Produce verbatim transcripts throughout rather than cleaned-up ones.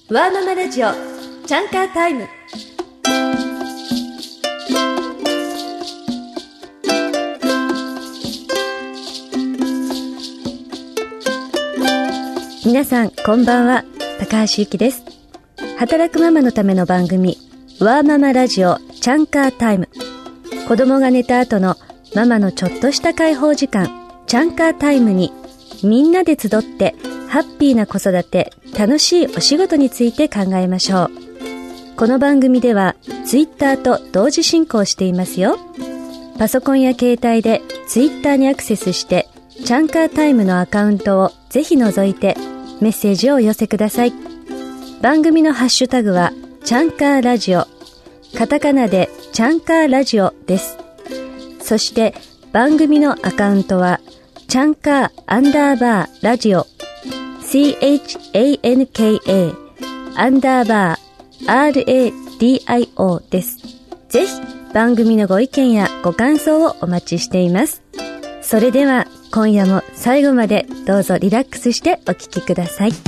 ワーママラジオチャンカータイム。皆さんこんばんは、高橋ゆきです。働くママのための番組ワーママラジオチャンカータイム。子供が寝た後のママのちょっとした解放時間、チャンカータイムにみんなで集ってハッピーな子育て、楽しいお仕事について考えましょう。この番組ではツイッターと同時進行していますよ。パソコンや携帯でツイッターにアクセスしてチャンカータイムのアカウントをぜひ覗いてメッセージをお寄せください。番組のハッシュタグはチャンカーラジオ、カタカナでチャンカーラジオです。そして番組のアカウントはチャンカーアンダーバーラジオ チャンカー アンダーバー ラディオ です。ぜひ番組のご意見やご感想をお待ちしています。それでは今夜も最後までどうぞリラックスしてお聞きください。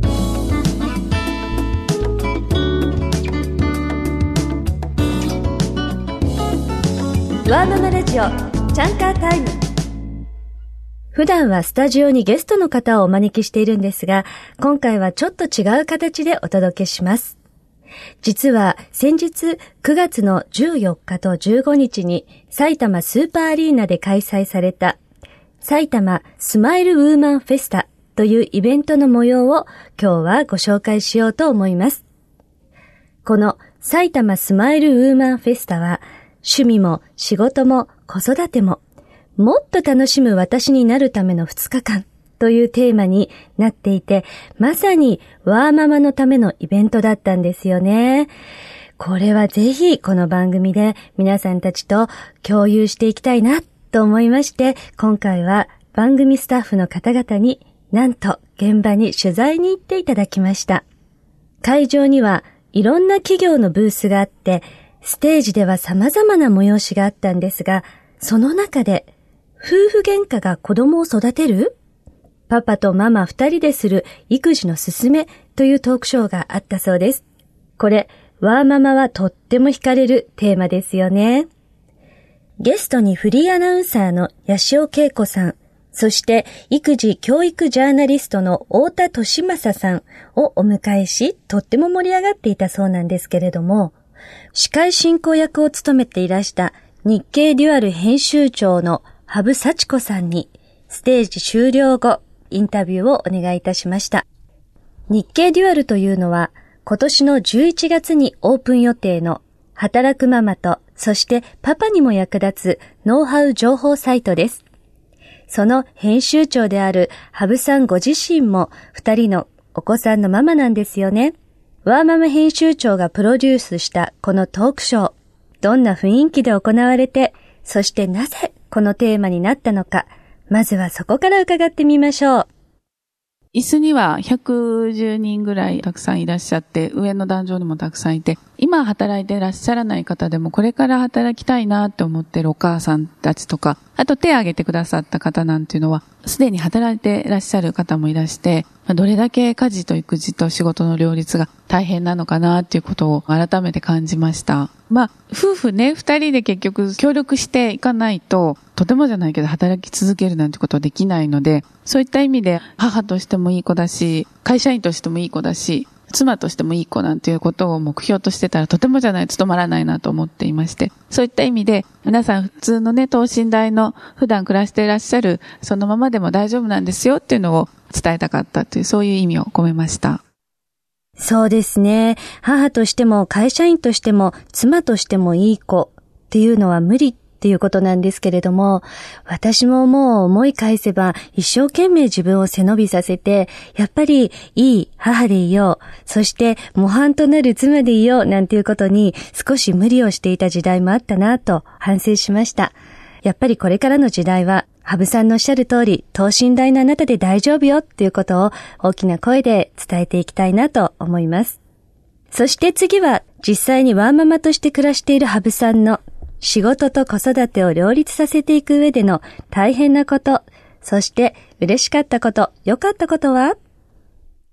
ワーママラジオチャンカータイム。普段はスタジオにゲストの方をお招きしているんですが、今回はちょっと違う形でお届けします。実は先日くがつのじゅうよっかとじゅうごにちに埼玉スーパーアリーナで開催された埼玉スマイルウーマンフェスタというイベントの模様を今日はご紹介しようと思います。この埼玉スマイルウーマンフェスタは趣味も仕事も子育てももっと楽しむ私になるためのふつかかんというテーマになっていて、まさにワーママのためのイベントだったんですよね。これはぜひこの番組で皆さんたちと共有していきたいなと思いまして、今回は番組スタッフの方々になんと現場に取材に行っていただきました。会場にはいろんな企業のブースがあって、ステージでは様々な催しがあったんですが、その中で夫婦喧嘩が子供を育てる？パパとママ二人でする育児のすすめというトークショーがあったそうです。これ、ワーママはとっても惹かれるテーマですよね。ゲストにフリーアナウンサーの八尾恵子さん、そして育児教育ジャーナリストの太田利正さんをお迎えし、とっても盛り上がっていたそうなんですけれども、司会進行役を務めていらした日経デュアル編集長の羽生幸子さんにステージ終了後インタビューをお願いいたしました。日経デュアルというのは今年のじゅういちがつにオープン予定の働くママとそしてパパにも役立つノウハウ情報サイトです。その編集長である羽生さんご自身も二人のお子さんのママなんですよね。ワーママ編集長がプロデュースしたこのトークショー、どんな雰囲気で行われて、そしてなぜこのテーマになったのか、まずはそこから伺ってみましょう。 椅子にはひゃくじゅうにんぐらいたくさんいらっしゃって、上の壇上にもたくさんいて、今働いていらっしゃらない方でもこれから働きたいなって思ってるお母さんたちとか、あと手を挙げてくださった方なんていうのは、すでに働いていらっしゃる方もいらして、どれだけ家事と育児と仕事の両立が大変なのかなっていうことを改めて感じました。まあ、夫婦ね、二人で結局協力していかないと、とてもじゃないけど働き続けるなんてことはできないので、そういった意味で母としてもいい子だし、会社員としてもいい子だし、妻としてもいい子なんていうことを目標としてたらとてもじゃないと務まらないなと思っていまして、そういった意味で皆さん普通のね、等身大の普段暮らしていらっしゃるそのままでも大丈夫なんですよっていうのを伝えたかったという、そういう意味を込めました。 そうですね。母としても会社員としても妻としてもいい子っていうのは無理っていうことなんですけれども、私ももう思い返せば一生懸命自分を背伸びさせて、やっぱりいい母でいよう、そして模範となる妻でいようなんていうことに少し無理をしていた時代もあったなと反省しました。やっぱりこれからの時代は羽生さんのおっしゃる通り、等身大のあなたで大丈夫よっていうことを大きな声で伝えていきたいなと思います。そして次は実際にワーママとして暮らしている羽生さんの仕事と子育てを両立させていく上での大変なこと、そして嬉しかったこと、良かったことは？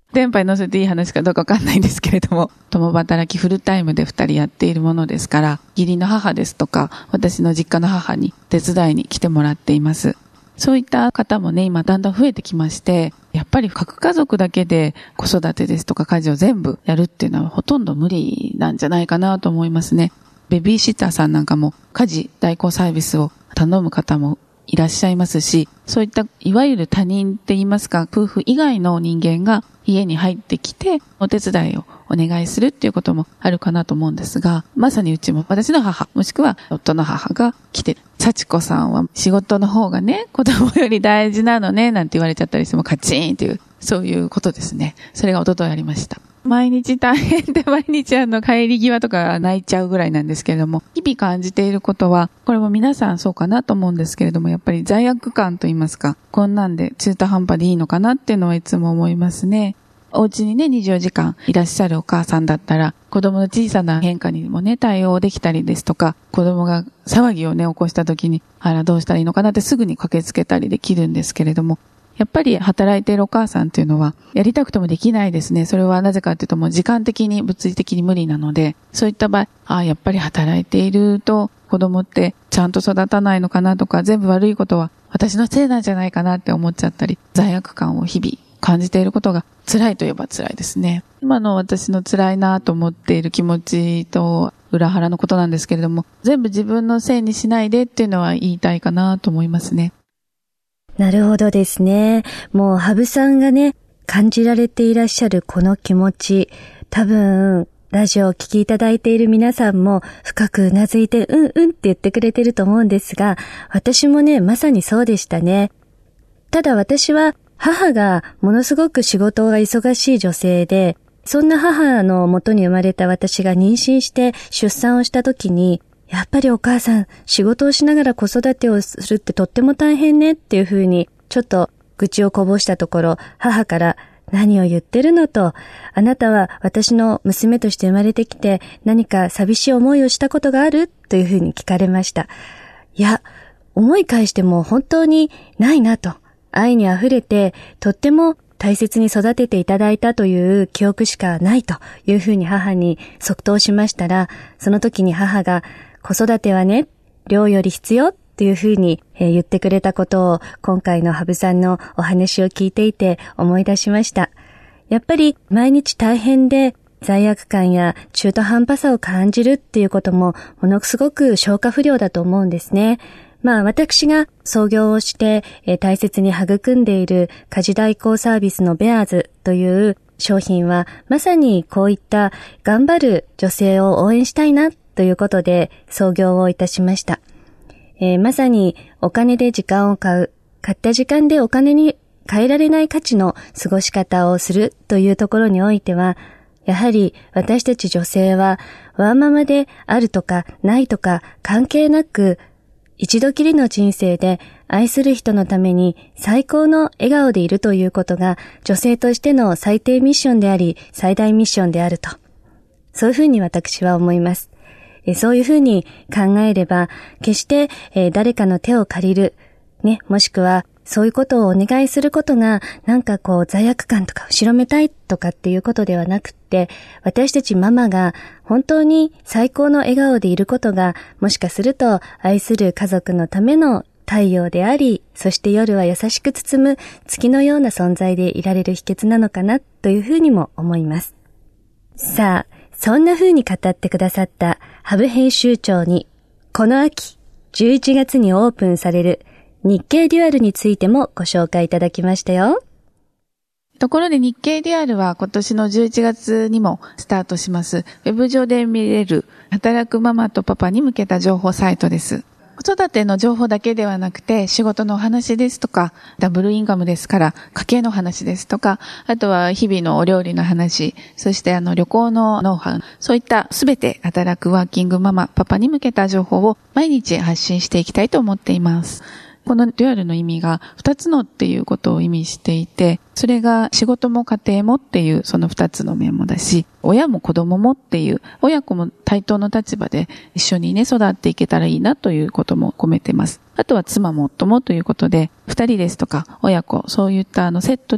電波に乗せていい話かどうかわかんないんですけれども、共働きフルタイムで二人やっているものですから、義理の母ですとか、私の実家の母に手伝いに来てもらっています。そういった方もね、今だんだん増えてきまして、やっぱり核家族だけで子育てですとか家事を全部やるっていうのはほとんど無理なんじゃないかなと思いますね。ベビーシッターさんなんかも家事代行サービスを頼む方もいらっしゃいますし、そういったいわゆる他人って言いますか、夫婦以外の人間が家に入ってきてお手伝いをお願いするっていうこともあるかなと思うんですが、まさにうちも私の母、もしくは夫の母が来て、幸子さんは仕事の方がね、子供より大事なのね、なんて言われちゃったりしてもカチーンっていう、そういうことですね。それが一昨日ありました。毎日大変で毎日あの帰り際とか泣いちゃうぐらいなんですけれども、日々感じていることは、これも皆さんそうかなと思うんですけれども、やっぱり罪悪感と言いますか、こんなんで中途半端でいいのかなっていうのはいつも思いますね。お家にね、にじゅうよじかんいらっしゃるお母さんだったら、子供の小さな変化にもね、対応できたりですとか、子供が騒ぎをね、起こした時に、あらどうしたらいいのかなってすぐに駆けつけたりできるんですけれども、やっぱり働いているお母さんっていうのは、やりたくてもできないですね。それはなぜかっていうと、もう時間的に物理的に無理なので、そういった場合、ああ、やっぱり働いていると、子供ってちゃんと育たないのかなとか、全部悪いことは私のせいなんじゃないかなって思っちゃったり、罪悪感を日々感じていることが辛いといえば辛いですね。今の私の辛いなと思っている気持ちと裏腹のことなんですけれども、全部自分のせいにしないでっていうのは言いたいかなと思いますね。 なるほどですね。もう、羽生さんがね、感じられていらっしゃるこの気持ち、多分、ラジオをお聞きいただいている皆さんも深くうなずいて、うんうんって言ってくれてると思うんですが、私もね、まさにそうでしたね。ただ私は、母がものすごく仕事が忙しい女性で、そんな母の元に生まれた私が妊娠して出産をした時に、やっぱりお母さん、仕事をしながら子育てをするってとっても大変ねっていうふうに、ちょっと愚痴をこぼしたところ、母から何を言ってるのと、あなたは私の娘として生まれてきて何か寂しい思いをしたことがあるというふうに聞かれました。いや、思い返しても本当にないなと、愛に溢れてとっても大切に育てていただいたという記憶しかないというふうに母に即答しましたら、その時に母が、子育てはね、量より必要っていうふうに言ってくれたことを今回の羽生さんのお話を聞いていて思い出しました。やっぱり毎日大変で罪悪感や中途半端さを感じるっていうこともものすごく消化不良だと思うんですね。まあ私が創業をして大切に育んでいる家事代行サービスのベアーズという商品はまさにこういった頑張る女性を応援したいなということで創業をいたしました。えー、まさにお金で時間を買う、買った時間でお金に変えられない価値の過ごし方をするというところにおいては、やはり私たち女性はワーママであるとかないとか関係なく、一度きりの人生で愛する人のために最高の笑顔でいるということが女性としての最低ミッションであり最大ミッションであると。そういうふうに私は思います。そういうふうに考えれば、決して、えー、誰かの手を借りる、ね、もしくはそういうことをお願いすることが、なんかこう罪悪感とか後ろめたいとかっていうことではなくって、私たちママが本当に最高の笑顔でいることが、もしかすると愛する家族のための太陽であり、そして夜は優しく包む月のような存在でいられる秘訣なのかなというふうにも思います。さあ、そんな風に語ってくださった羽生編集長に、この秋じゅういちがつにオープンされる日経デュアルについてもご紹介いただきましたよ。 ところで日経デュアルは今年のじゅういちがつにもスタートします。ウェブ上で見れる働くママとパパに向けた情報サイトです。子育ての情報だけではなくて、仕事のお話ですとか、ダブルインカムですから、家計の話ですとか、あとは日々のお料理の話、そしてあの旅行のノウハウ、そういったすべて働くワーキングママ、パパに向けた情報を毎日発信していきたいと思っています。このデュアルの意味が二つのっていうことを意味していて、それが仕事も家庭もっていうその二つの面もだし、親も子供もっていう親子も対等の立場で一緒にね育っていけたらいいなということも込めてます。あとは妻も夫もということで、二人ですとか親子、そういったあのセットで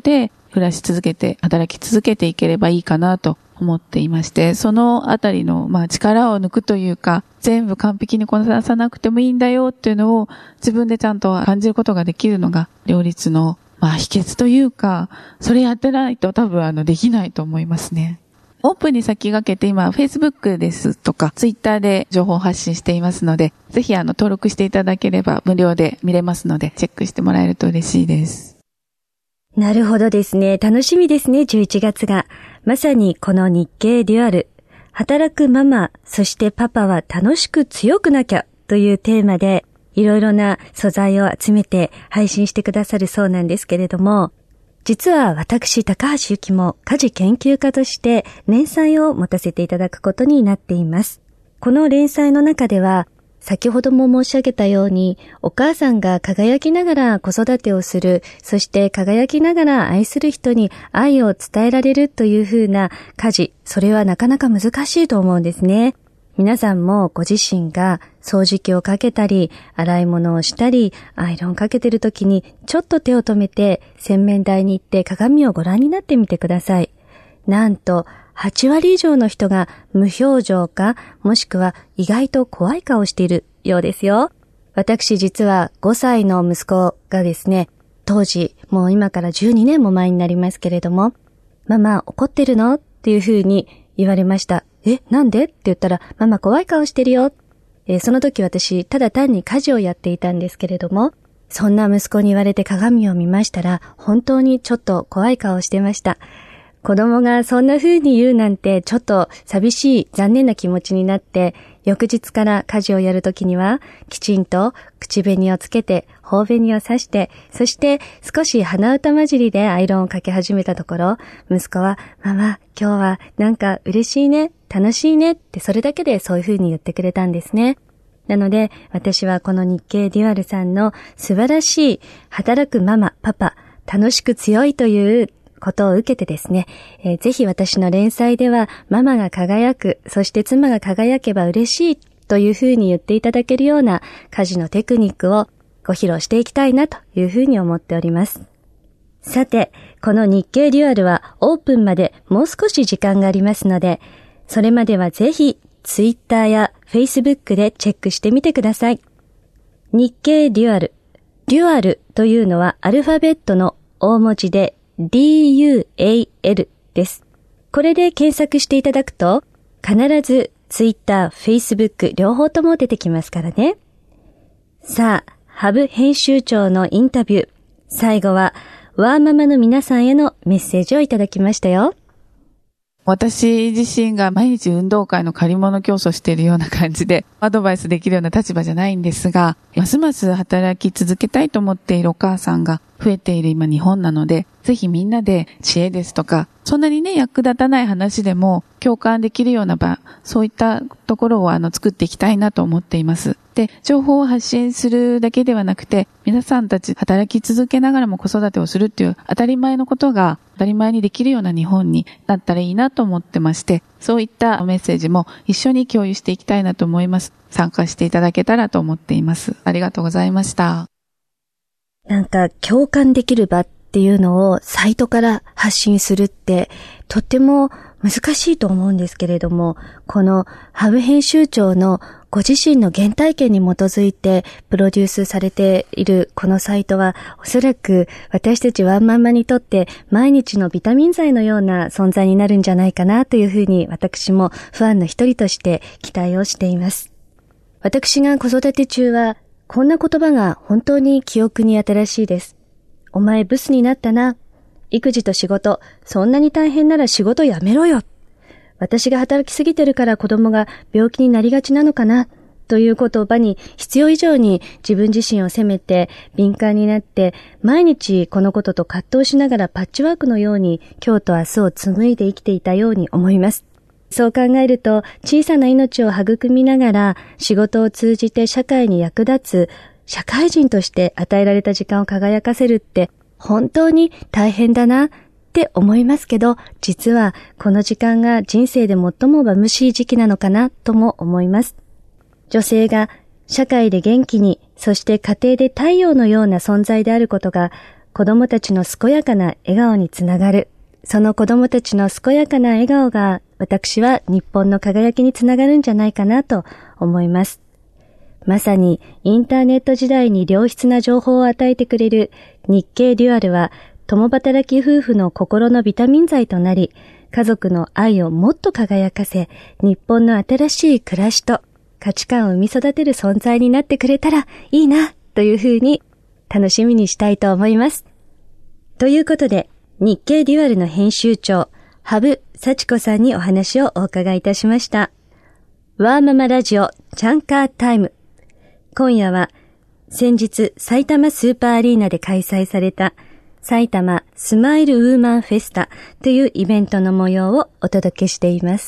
暮らし続けて、働き続けていければいいかなと思っていまして、そのあたりの、まあ、力を抜くというか、全部完璧にこなさなくてもいいんだよっていうのを自分でちゃんと感じることができるのが、両立の、まあ、秘訣というか、それやってないと多分あの、できないと思いますね。オープンに先駆けて今、Facebook ですとか、Twitter で情報発信していますので、ぜひあの、登録していただければ無料で見れますので、チェックしてもらえると嬉しいです。 なるほどですね。楽しみですね、じゅういちがつが。まさにこの日経デュアル、働くママ、そしてパパは楽しく強くなきゃというテーマで、いろいろな素材を集めて配信してくださるそうなんですけれども、実は私、高橋由紀も家事研究家として連載を持たせていただくことになっています。この連載の中では、先ほども申し上げたように、お母さんが輝きながら子育てをする、そして輝きながら愛する人に愛を伝えられるというふうな家事、それはなかなか難しいと思うんですね。皆さんもご自身が掃除機をかけたり、洗い物をしたり、アイロンかけてる時にちょっと手を止めて洗面台に行って鏡をご覧になってみてください。なんとはちわり以上の人が無表情か、もしくは意外と怖い顔をしているようですよ。私実はごさいの息子がですね、当時もう今からじゅうにねんも前になりますけれども、ママ怒ってるのっていうふうに言われました。え、なんでって言ったら、ママ怖い顔してるよ。えー、その時私、ただ単に家事をやっていたんですけれども、そんな息子に言われて鏡を見ましたら、本当にちょっと怖い顔をしてました。子供がそんな風に言うなんて、ちょっと寂しい、残念な気持ちになって、翌日から家事をやるときには、きちんと口紅をつけて、頬紅を刺して、そして少し鼻歌混じりでアイロンをかけ始めたところ、息子は、ママ、今日はなんか嬉しいね、楽しいねってそれだけでそういう風に言ってくれたんですね。なので、私はこの日経デュアルさんの素晴らしい働くママ、パパ、楽しく強いということを受けてですね、えー、ぜひ私の連載ではママが輝く、そして妻が輝けば嬉しいというふうに言っていただけるような家事のテクニックをご披露していきたいなというふうに思っております。さて、この日経デュアルはオープンまでもう少し時間がありますので、それまではぜひツイッターやフェイスブックでチェックしてみてください。日経デュアル。デュアルというのはアルファベットの大文字でディーユーエーエル です。これで検索していただくと、必ず Twitter、Facebook 両方とも出てきますからね。さあ、ハブ編集長のインタビュー。最後は、ワーママの皆さんへのメッセージをいただきましたよ。 私自身が毎日運動会の借り物競争しているような感じで、アドバイスできるような立場じゃないんですが、ますます働き続けたいと思っているお母さんが増えている今日本なので、ぜひみんなで知恵ですとか、そんなにね、役立たない話でも共感できるような場、そういったところをあの作っていきたいなと思っています。で、情報を発信するだけではなくて、皆さんたち働き続けながらも子育てをするっていう当たり前のことが当たり前にできるような日本になったらいいなと思ってまして、そういったメッセージも一緒に共有していきたいなと思います。参加していただけたらと思っています。ありがとうございました。 なんか共感できる場っていうのをサイトから発信するってとっても難しいと思うんですけれども、このハブ編集長のご自身の原体験に基づいてプロデュースされているこのサイトは、おそらく私たちワンママにとって毎日のビタミン剤のような存在になるんじゃないかなというふうに、私もファンの一人として期待をしています。私が子育て中はこんな言葉が本当に記憶に新しいです。お前ブスになったな。育児と仕事、そんなに大変なら仕事やめろよ。私が働きすぎてるから子供が病気になりがちなのかな、という言葉に必要以上に自分自身を責めて敏感になって、毎日このことと葛藤しながらパッチワークのように今日と明日を紡いで生きていたように思います。そう考えると、小さな命を育みながら仕事を通じて社会に役立つ社会人として与えられた時間を輝かせるって本当に大変だなって思いますけど、実はこの時間が人生で最も眩しい時期なのかなとも思います。女性が社会で元気に、そして家庭で太陽のような存在であることが子供たちの健やかな笑顔につながる。その子供たちの健やかな笑顔が私は日本の輝きにつながるんじゃないかなと思います。まさにインターネット時代に良質な情報を与えてくれる日経デュアルは共働き夫婦の心のビタミン剤となり、家族の愛をもっと輝かせ、日本の新しい暮らしと価値観を生み育てる存在になってくれたらいいなというふうに楽しみにしたいと思います。ということで、日経デュアルの編集長、羽生幸子さんにお話をお伺いいたしました。ワーママラジオチャンカータイム。今夜は先日埼玉スーパーアリーナで開催された埼玉スマイルウーマンフェスタというイベントの模様をお届けしています。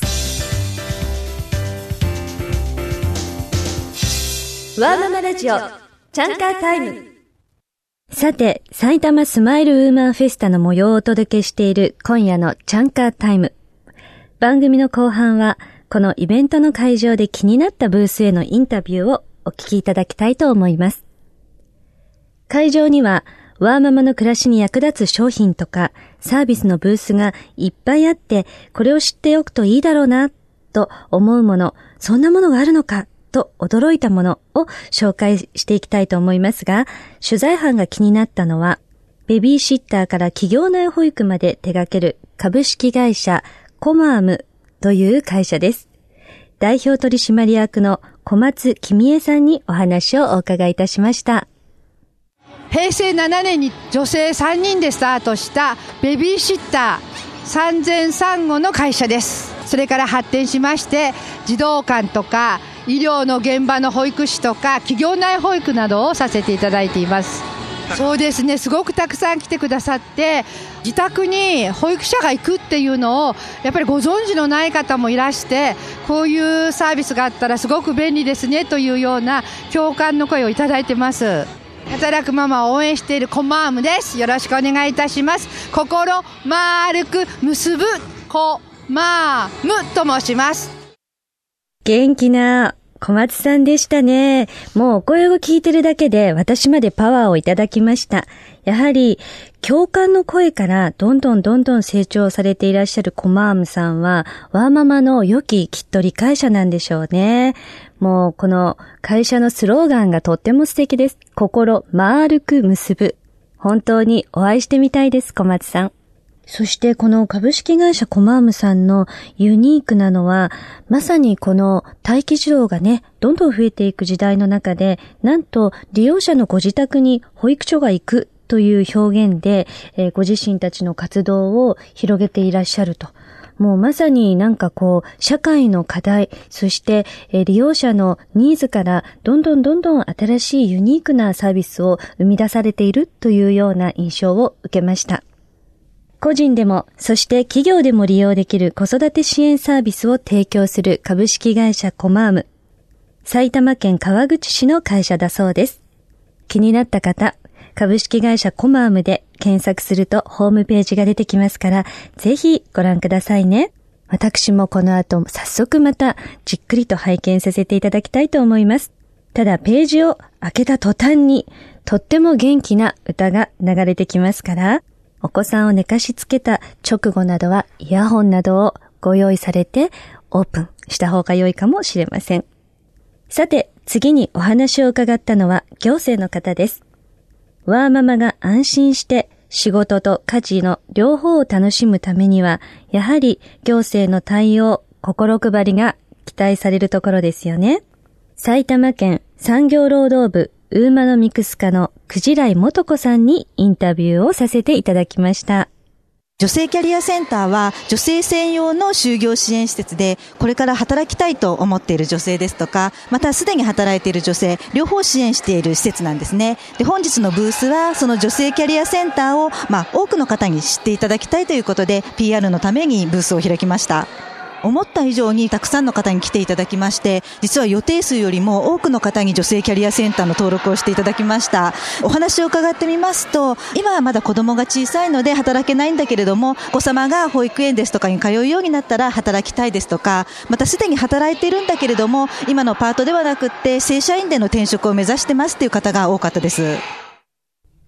ワーママラジオチャンカータイム。さて、埼玉スマイルウーマンフェスタの模様をお届けしている今夜のチャンカータイム。番組の後半はこのイベントの会場で気になったブースへのインタビューをお聞きいただきたいと思います。会場にはワーママの暮らしに役立つ商品とかサービスのブースがいっぱいあって、これを知っておくといいだろうなと思うもの、そんなものがあるのかと驚いたものを紹介していきたいと思いますが、取材班が気になったのはベビーシッターから企業内保育まで手掛ける株式会社コマームという会社です。代表取締役の小松君江さんにお話をお伺いいたしました。 へいせいななねんに女性さんにんでスタートしたベビーシッター産前産後の会社です。それから発展しまして児童館とか医療の現場の保育士とか企業内保育などをさせていただいています。そうですね、すごくたくさん来てくださって、自宅に保育者が行くっていうのをやっぱりご存知のない方もいらして、こういうサービスがあったらすごく便利ですねというような共感の声をいただいてます。働くママを応援しているコマームです。よろしくお願いいたします。心丸く結ぶコマームと申します。 元気な小松さんでしたね。もうお声を聞いてるだけで私までパワーをいただきました。やはり共感の声からどんどんどんどん成長されていらっしゃるコマームさんはワーママの良ききっと理解者なんでしょうね。もうこの会社のスローガンがとっても素敵です。心丸く結ぶ。本当にお会いしてみたいです、小松さん。そしてこの株式会社コマームさんのユニークなのは、まさにこの待機児童がね、どんどん増えていく時代の中で、なんと利用者のご自宅に保育所が行くという表現で、えー、ご自身たちの活動を広げていらっしゃると。もうまさになんかこう、社会の課題、そして、えー、利用者のニーズからどんどんどんどん新しいユニークなサービスを生み出されているというような印象を受けました。個人でも、そして企業でも利用できる子育て支援サービスを提供する株式会社コマーム。埼玉県川口市の会社だそうです。気になった方、株式会社コマームで検索するとホームページが出てきますから、ぜひご覧くださいね。私もこの後早速またじっくりと拝見させていただきたいと思います。ただページを開けた途端にとっても元気な歌が流れてきますから、お子さんを寝かしつけた直後などはイヤホンなどをご用意されてオープンした方が良いかもしれません。さて、次にお話を伺ったのは行政の方です。ワーママが安心して仕事と家事の両方を楽しむためには、やはり行政の対応、心配りが期待されるところですよね。埼玉県産業労働部ウーマノミクス課のくじらいもとこさんにインタビューをさせていただきました。 女性キャリアセンターは女性専用の就業支援施設で、これから働きたいと思っている女性ですとか、またすでに働いている女性両方支援している施設なんですね。で、本日のブースはその女性キャリアセンターを、まあ、多くの方に知っていただきたいということで ピーアール のためにブースを開きました。思った以上にたくさんの方に来ていただきまして、実は予定数よりも多くの方に女性キャリアセンターの登録をしていただきました。お話を伺ってみますと、今はまだ子供が小さいので働けないんだけれども、お子様が保育園ですとかに通うようになったら働きたいですとか、またすでに働いているんだけれども今のパートではなくって正社員での転職を目指してますという方が多かったです。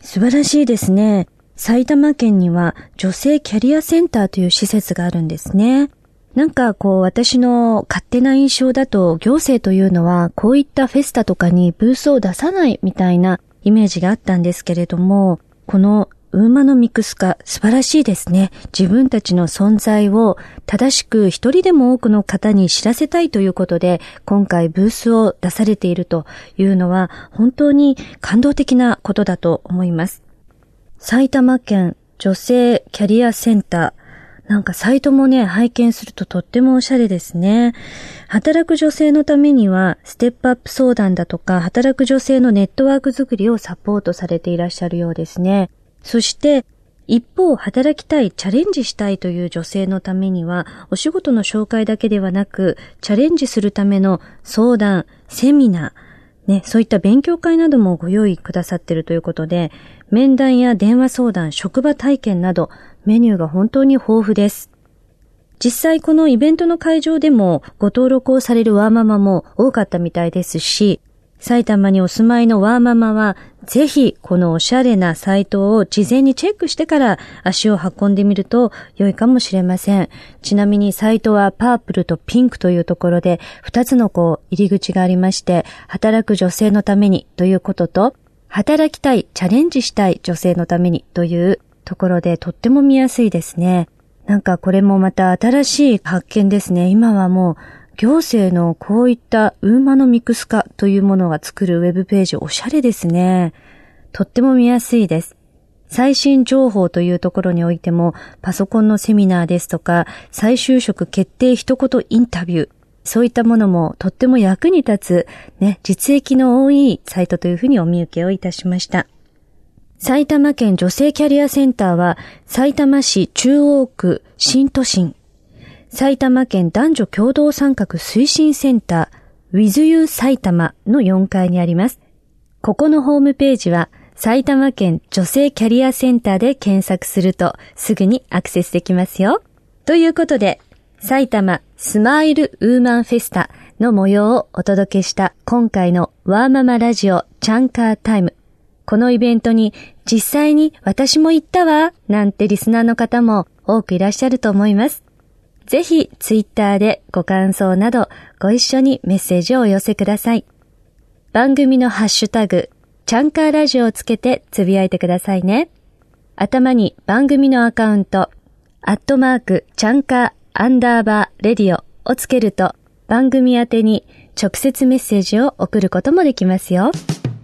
素晴らしいですね。埼玉県には女性キャリアセンターという施設があるんですね。なんかこう私の勝手な印象だと行政というのはこういったフェスタとかにブースを出さないみたいなイメージがあったんですけれども、このウーマノミクス化素晴らしいですね。自分たちの存在を正しく一人でも多くの方に知らせたいということで今回ブースを出されているというのは本当に感動的なことだと思います。埼玉県女性キャリアセンター。なんかサイトもね、拝見するととってもおしゃれですね。働く女性のためには、ステップアップ相談だとか、働く女性のネットワーク作りをサポートされていらっしゃるようですね。そして、一方、働きたい、チャレンジしたいという女性のためには、お仕事の紹介だけではなく、チャレンジするための相談、セミナー、ね、そういった勉強会などもご用意くださっているということで、面談や電話相談、職場体験など、メニューが本当に豊富です。実際このイベントの会場でもご登録をされるワーママも多かったみたいですし、埼玉にお住まいのワーママはぜひこのおしゃれなサイトを事前にチェックしてから足を運んでみると良いかもしれません。ちなみにサイトはパープルとピンクというところでふたつのこう入り口がありまして、働く女性のためにということと、働きたい、チャレンジしたい女性のためにというところでとっても見やすいですね。なんかこれもまた新しい発見ですね。今はもう行政のこういったウーマノミクス化というものが作るウェブページおしゃれですね。とっても見やすいです。最新情報というところにおいてもパソコンのセミナーですとか再就職決定一言インタビュー、そういったものもとっても役に立つね、実益の多いサイトというふうにお見受けをいたしました。埼玉県女性キャリアセンターは、さいたま市中央区新都心、埼玉県男女共同参画推進センター With You 埼玉のよんかいにあります。ここのホームページは、埼玉県女性キャリアセンターで検索するとすぐにアクセスできますよ。ということで、埼玉スマイルウーマンフェスタの模様をお届けした今回のワーママラジオチャンカータイム。このイベントに実際に私も行ったわなんてリスナーの方も多くいらっしゃると思います。ぜひツイッターでご感想などご一緒にメッセージをお寄せください。番組のハッシュタグチャンカーラジオをつけてつぶやいてくださいね。頭に番組のアカウントアットマークチャンカーアンダーバーレディオをつけると番組宛てに直接メッセージを送ることもできますよ。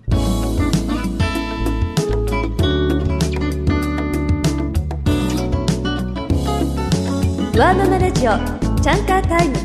ワーママラジオチャンカータイム。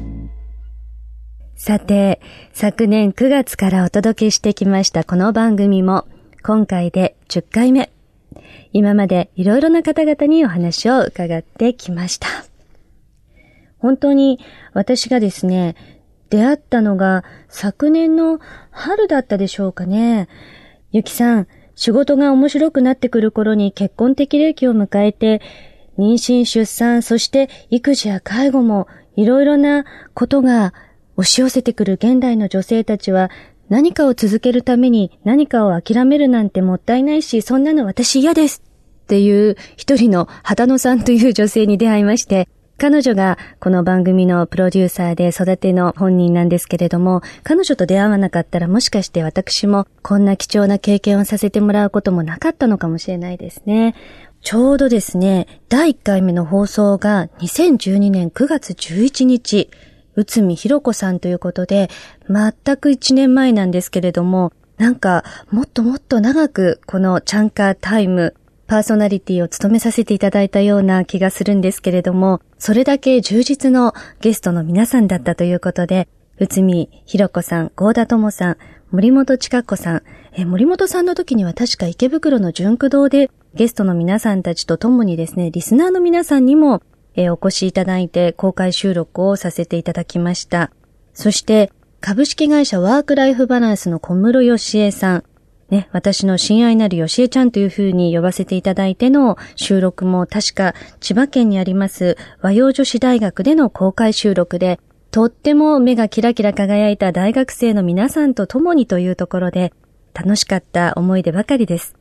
さて、昨年くがつからお届けしてきましたこの番組も今回でじゅっかいめ。今までいろいろな方々にお話を伺ってきました。本当に私がですね、出会ったのが昨年の春だったでしょうかね。ゆきさん、仕事が面白くなってくる頃に結婚適齢期を迎えて、妊娠出産、そして育児や介護もいろいろなことが押し寄せてくる現代の女性たちは何かを続けるために何かを諦めるなんてもったいないし、そんなの私嫌ですっていう一人の畑野さんという女性に出会いまして、彼女がこの番組のプロデューサーで育ての本人なんですけれども、彼女と出会わなかったらもしかして私もこんな貴重な経験をさせてもらうこともなかったのかもしれないですね。ちょうどですね、だいいっかいめの放送がにせんじゅうにねんくがつじゅういちにち、内海ひろ子さんということで、全くいちねんまえなんですけれども、なんかもっともっと長くこのチャンカータイム、パーソナリティを務めさせていただいたような気がするんですけれども、それだけ充実のゲストの皆さんだったということで、内海ひろ子さん、郷田智さん、森本千佳子さん、え森本さんの時には確か池袋の純駆堂でゲストの皆さんたちと共にですね、リスナーの皆さんにも、えお越しいただいて公開収録をさせていただきました。そして株式会社ワークライフバランスの小室義恵さん、ね、私の親愛なる義恵ちゃんという風に呼ばせていただいての収録も確か千葉県にあります和洋女子大学での公開収録で、とっても目がキラキラ輝いた大学生の皆さんと共にというところで楽しかった思い出ばかりです。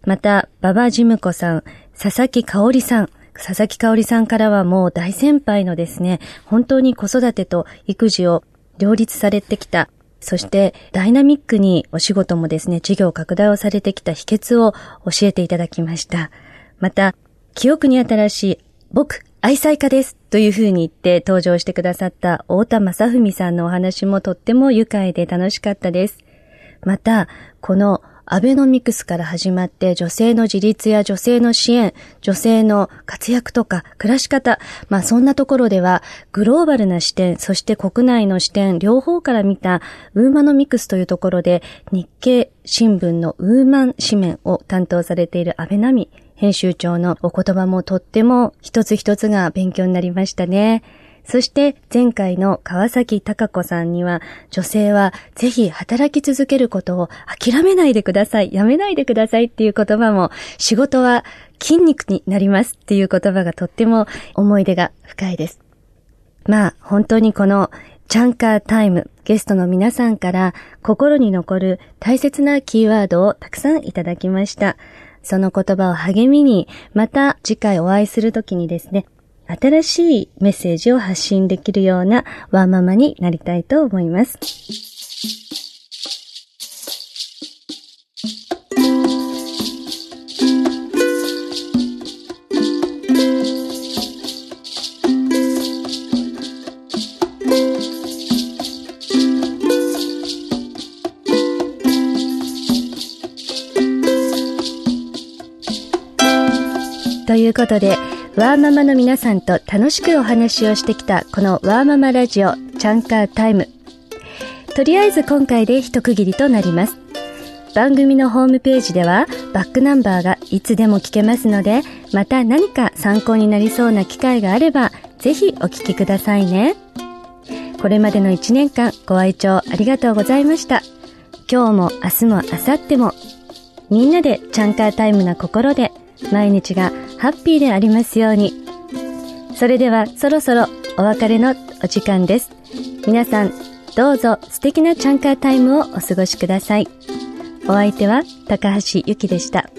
また、馬場事務子さん、佐々木香織さん、佐々木香織さんからはもう大先輩のですね、本当に子育てと育児を両立されてきた、そしてダイナミックにお仕事もですね、事業拡大をされてきた秘訣を教えていただきました。また、記憶に新しい僕、愛妻家ですというふうに言って登場してくださった太田正文さんのお話もとっても愉快で楽しかったです。また、このアベノミクスから始まって女性の自立や女性の支援、女性の活躍とか暮らし方、まあそんなところではグローバルな視点、そして国内の視点、両方から見たウーマノミクスというところで日経新聞のウーマン紙面を担当されている安倍奈美編集長のお言葉もとっても一つ一つが勉強になりましたね。そして前回の川崎貴子さんには、女性はぜひ働き続けることを諦めないでください、やめないでくださいっていう言葉も、仕事は筋肉になりますっていう言葉がとっても思い出が深いです。まあ本当にこのチャンカータイム、ゲストの皆さんから心に残る大切なキーワードをたくさんいただきました。その言葉を励みに、また次回お会いするときにですね、新しいメッセージを発信できるようなワーママになりたいと思います。ということで、ワーママの皆さんと楽しくお話をしてきたこのワーママラジオチャンカータイム。とりあえず今回で一区切りとなります。番組のホームページではバックナンバーがいつでも聞けますので、また何か参考になりそうな機会があればぜひお聞きくださいね。これまでのいちねんかんご愛聴ありがとうございました。今日も明日も明後日もみんなでチャンカータイムな心で毎日がハッピーでありますように。それではそろそろお別れのお時間です。皆さんどうぞ素敵なチャンカータイムをお過ごしください。お相手は高橋ゆきでした。